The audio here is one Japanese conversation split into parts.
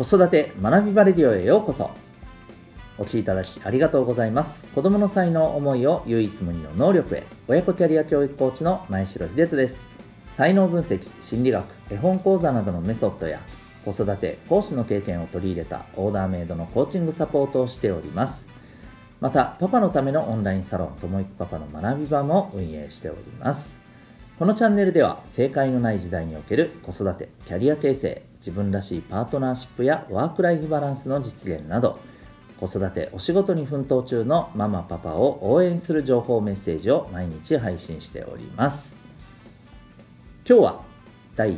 子育て学びバレディオへようこそ。お聞きいただきありがとうございます。子供の才能思いを唯一無二の能力へ、親子キャリア教育コーチの前城秀人です。才能分析、心理学、絵本講座などのメソッドや子育て講師の経験を取り入れたオーダーメイドのコーチングサポートをしております。またパパのためのオンラインサロンともいくパパの学び場も運営しております。このチャンネルでは正解のない時代における子育て、キャリア形成、自分らしいパートナーシップやワークライフバランスの実現など、子育てお仕事に奮闘中のママパパを応援する情報メッセージを毎日配信しております。今日は第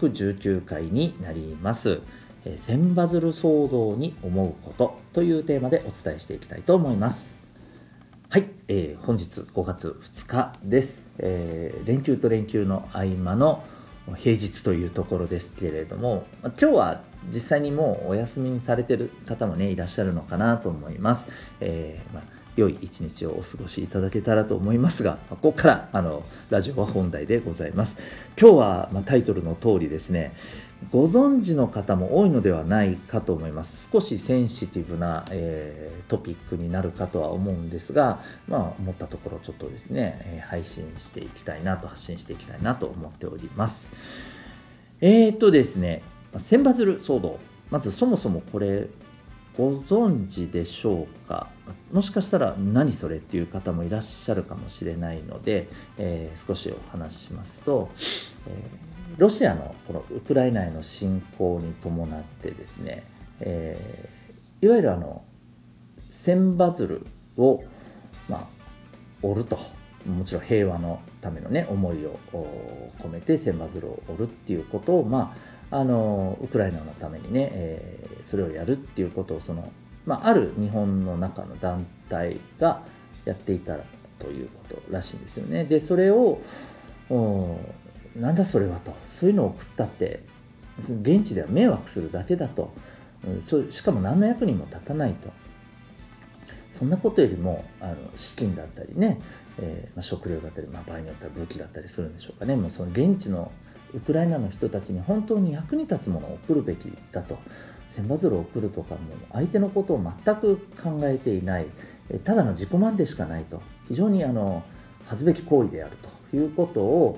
219回になります。千羽鶴騒動に思うことというテーマでお伝えしていきたいと思います。はい、本日5月2日です。連休と連休の合間の平日というところですけれども、今日は実際にもうお休みにされている方もねいらっしゃるのかなと思います。良い一日をお過ごしいただけたらと思いますが、ここからラジオは本題でございます。今日はタイトルの通りですね、ご存知の方も多いのではないかと思います。少しセンシティブな、トピックになるかとは思うんですが、思ったところちょっとですね、発信していきたいなと思っております。ですね、千羽鶴騒動、まずそもそもこれご存知でしょうか。もしかしたら何それっていう方もいらっしゃるかもしれないので、少しお話ししますと、ロシアのこのウクライナへの侵攻に伴ってですね、いわゆる千羽鶴を、折ると、もちろん平和のためのね思いを込めて千羽鶴を折るっていうことを、ウクライナのためにね、それをやるっていうことをある日本の中の団体がやっていたということらしいんですよね。でそれをなんだそれはと、そういうのを送ったって現地では迷惑するだけだと、しかも何の役にも立たないと、そんなことよりも資金だったりね、食料だったり、場合によっては武器だったりするんでしょうかね、もうその現地のウクライナの人たちに本当に役に立つものを送るべきだと。千羽鶴を送るとかも相手のことを全く考えていない、ただの自己満でしかないと、非常に恥ずべき行為であるということを、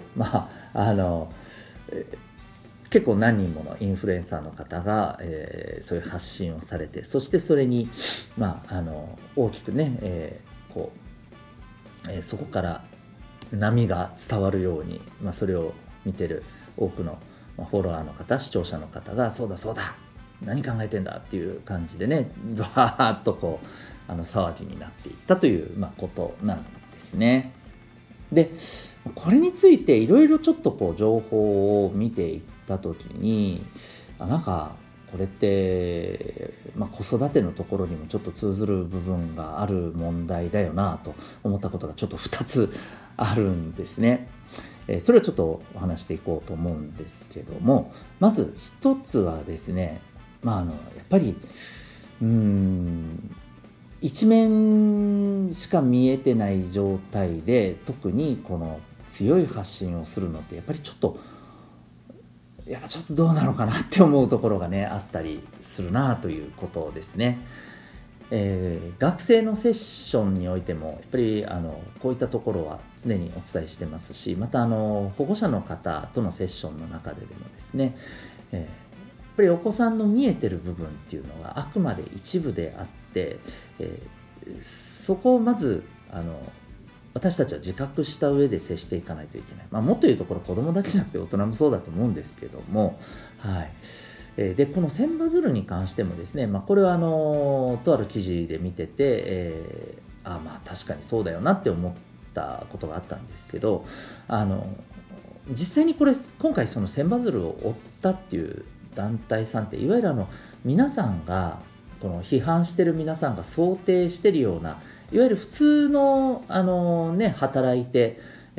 結構何人ものインフルエンサーの方が、そういう発信をされて、そしてそれに、大きくね、そこから波が伝わるように、それを見てる多くのフォロワーの方、視聴者の方がそうだそうだ、何考えてんだっていう感じでね、ザーッと騒ぎになっていったという、ことなんですね。でこれについていろいろちょっと情報を見ていった時に、なんかこれって、子育てのところにもちょっと通ずる部分がある問題だよなと思ったことがちょっと2つあるんですね。それをちょっとお話していこうと思うんですけども、まず一つはですね、やっぱり一面しか見えてない状態で特にこの強い発信をするのってやっぱりちょっとどうなのかなって思うところがねあったりするなということですね。学生のセッションにおいてもやっぱりこういったところは常にお伝えしてますし、また保護者の方とのセッションの中でもですね、やっぱりお子さんの見えてる部分っていうのがあくまで一部であって、そこをまず私たちは自覚した上で接していかないといけない。もっと言うところ子供だけじゃなくて大人もそうだと思うんですけども、はい。でこの千羽鶴に関してもですね、これはとある記事で見てて、確かにそうだよなって思ったことがあったんですけど、実際に今回その千羽鶴を追ったっていう団体さんって、いわゆる皆さんがこの批判してる皆さんが想定してるような、いわゆる普通の働いて、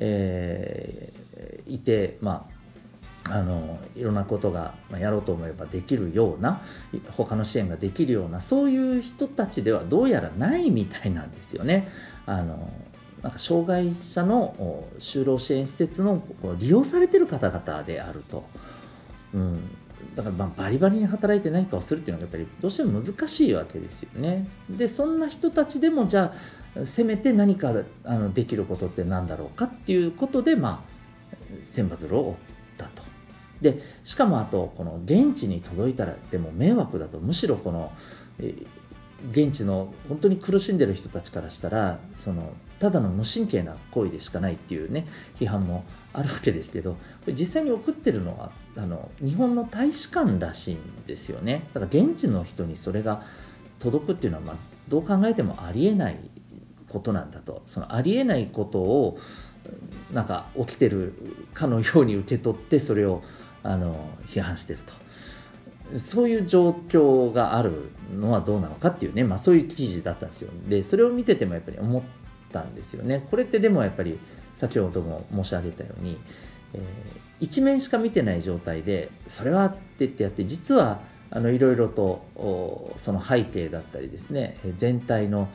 いていろんなことがやろうと思えばできるような、他の支援ができるような、そういう人たちではどうやらないみたいなんですよね。なんか障害者の就労支援施設の利用されている方々であると、 だからバリバリに働いて何かをするっていうのがやっぱりどうしても難しいわけですよね。でそんな人たちでもじゃあせめて何かできることって何だろうかっていうことで、千羽鶴を折ったと。でしかもあとこの現地に届いたらでも迷惑だと、むしろこの現地の本当に苦しんでる人たちからしたらただの無神経な行為でしかないっていうね批判もあるわけですけど、実際に送ってるのは日本の大使館らしいんですよね。だから現地の人にそれが届くっていうのは、どう考えてもありえないことなんだと。そのありえないことをなんか起きてるかのように受け取ってそれを批判してると、そういう状況があるのはどうなのかっていうね、そういう記事だったんですよ。でそれを見ててもやっぱり思ったんですよね。これってでもやっぱり先ほども申し上げたように、一面しか見てない状態でそれはって言ってやって、実はいろいろとその背景だったりですね、全体の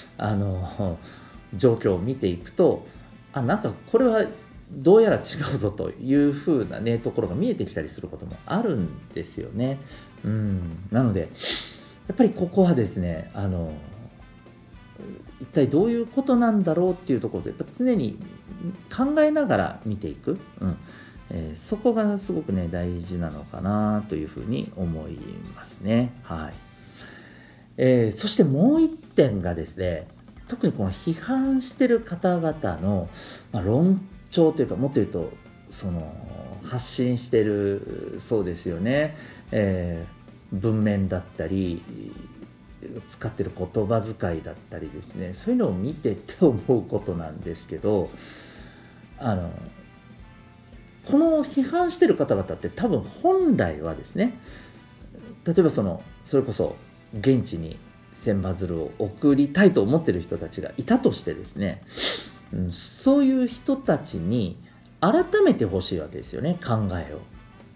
状況を見ていくと、なんかこれはどうやら違うぞというふうなねところが見えてきたりすることもあるんですよね。なのでやっぱりここはですね、一体どういうことなんだろうっていうところでやっぱ常に考えながら見ていく、そこがすごくね大事なのかなというふうに思いますね。はい。そしてもう一点がですね、特にこの批判してる方々の、論調というか、もっと言うと発信してるそうですよね、文面だったり使ってる言葉遣いだったりですね、そういうのを見てて思うことなんですけど、この批判してる方々って多分本来はですね、例えばそれこそ現地に千羽鶴を送りたいと思ってる人たちがいたとしてですね、そういう人たちに改めてほしいわけですよね、考えを。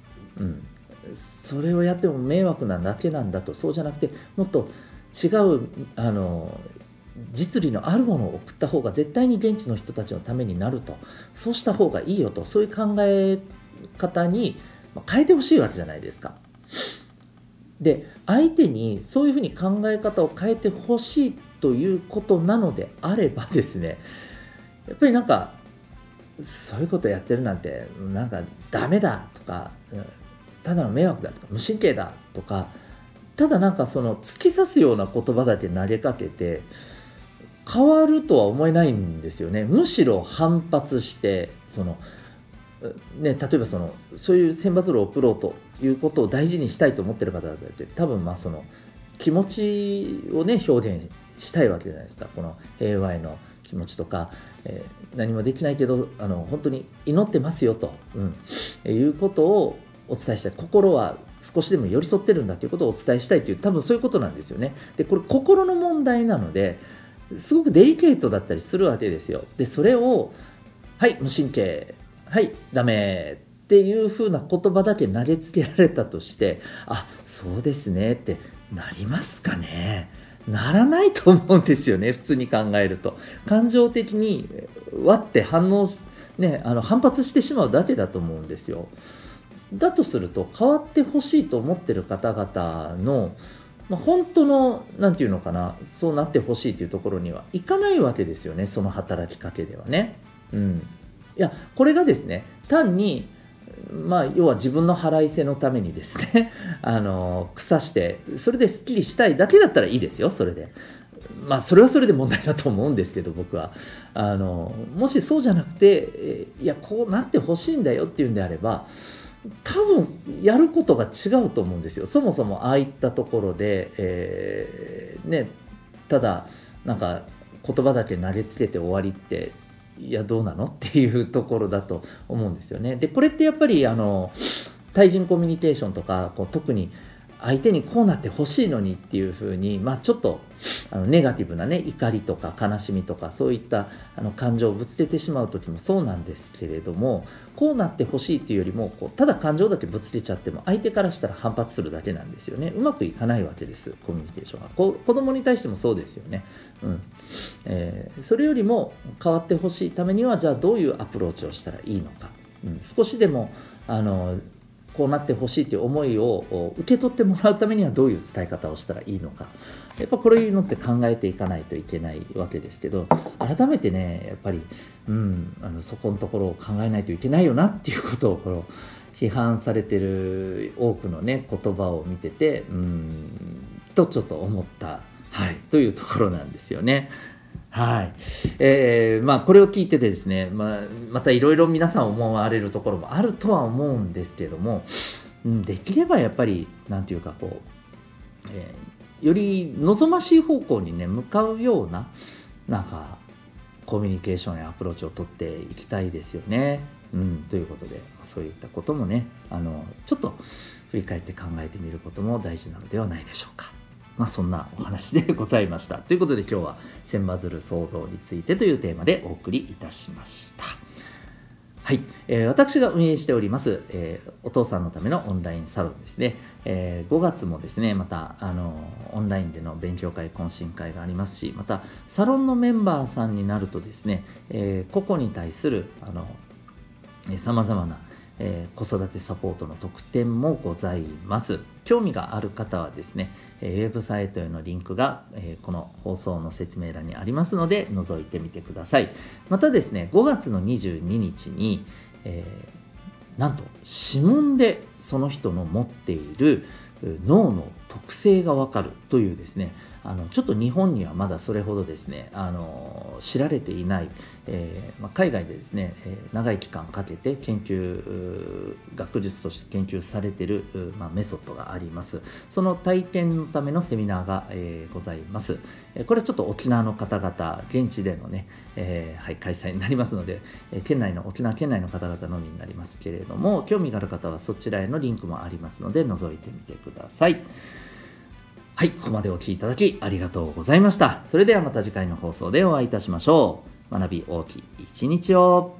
それをやっても迷惑なだけなんだと。そうじゃなくてもっと違う実利のあるものを送った方が絶対に現地の人たちのためになると。そうした方がいいよと、そういう考え方に変えてほしいわけじゃないですか。で相手にそういうふうに考え方を変えてほしいということなのであればですね、やっぱりなんかそういうことやってるなんてなんかダメだとか、ただの迷惑だとか無神経だとか、ただなんか突き刺すような言葉だけ投げかけて変わるとは思えないんですよね。むしろ反発して例えばそういう千羽鶴を送ろうということを大事にしたいと思ってる方だって多分気持ちをね表現したいわけじゃないですか。この平和への気持ちとか、何もできないけど本当に祈ってますよと、いうことをお伝えしたい。心は少しでも寄り添ってるんだということをお伝えしたいという、多分そういうことなんですよね。でこれ心の問題なのですごくデリケートだったりするわけですよ。でそれをはい無神経、はいダメっていう風な言葉だけ投げつけられたとして、そうですねってなりますかね。ならないと思うんですよね。普通に考えると感情的にわって反発してしまうだけだと思うんですよ。だとすると変わってほしいと思ってる方々の、本当のなんていうのかな、そうなってほしいというところにはいかないわけですよね、その働きかけではね。いやこれがですね単に要は自分の腹いせのためにですね腐してそれですっきりしたいだけだったらいいですよ。それでそれはそれで問題だと思うんですけど、僕はもしそうじゃなくていやこうなってほしいんだよっていうんであれば、多分やることが違うと思うんですよ。そもそもああいったところで、ただなんか言葉だけ投げつけて終わりっていやどうなのっていうところだと思うんですよね。でこれってやっぱり対人コミュニケーションとか特に相手にこうなってほしいのにっていう風に、ちょっとネガティブなね怒りとか悲しみとかそういった感情をぶつけてしまう時もそうなんですけれども、こうなってほしいっていうよりもただ感情だけぶつけちゃっても相手からしたら反発するだけなんですよね。うまくいかないわけです、コミュニケーションが。子供に対してもそうですよね。それよりも変わってほしいためにはじゃあどういうアプローチをしたらいいのか、少しでもこうなってほしいという思いを受け取ってもらうためにはどういう伝え方をしたらいいのか、やっぱこれいうのって考えていかないといけないわけですけど、改めてねやっぱり、そこのところを考えないといけないよなっていうことをこの批判されてる多くのね言葉を見ててちょっと思った、というところなんですよね。これを聞いてですね、またいろいろ皆さん思われるところもあるとは思うんですけども、できればやっぱりなんていうかより望ましい方向にね向かうようなコミュニケーションやアプローチを取っていきたいですよね。ということでそういったこともねちょっと振り返って考えてみることも大事なのではないでしょうか。そんなお話でございました。ということで今日は千羽鶴騒動についてというテーマでお送りいたしました。私が運営しております、お父さんのためのオンラインサロンですね、5月もですねまたオンラインでの勉強会懇親会がありますし、またサロンのメンバーさんになるとですね、個々に対するさまざまな子育てサポートの特典もございます。興味がある方はですね、ウェブサイトへのリンクが、この放送の説明欄にありますので覗いてみてください。またですね5月の22日に、なんと指紋でその人の持っている脳の特性がわかるというですねちょっと日本にはまだそれほどですね知られていない、海外でですね、長い期間かけて学術として研究されている、メソッドがあります。その体験のためのセミナーが、ございます。これはちょっと沖縄の方々現地でのね、開催になりますので、沖縄県内の方々のみになりますけれども、興味がある方はそちらへのリンクもありますので覗いてみてください。ここまでお聞きいただきありがとうございました。それではまた次回の放送でお会いいたしましょう。学び大きい一日を。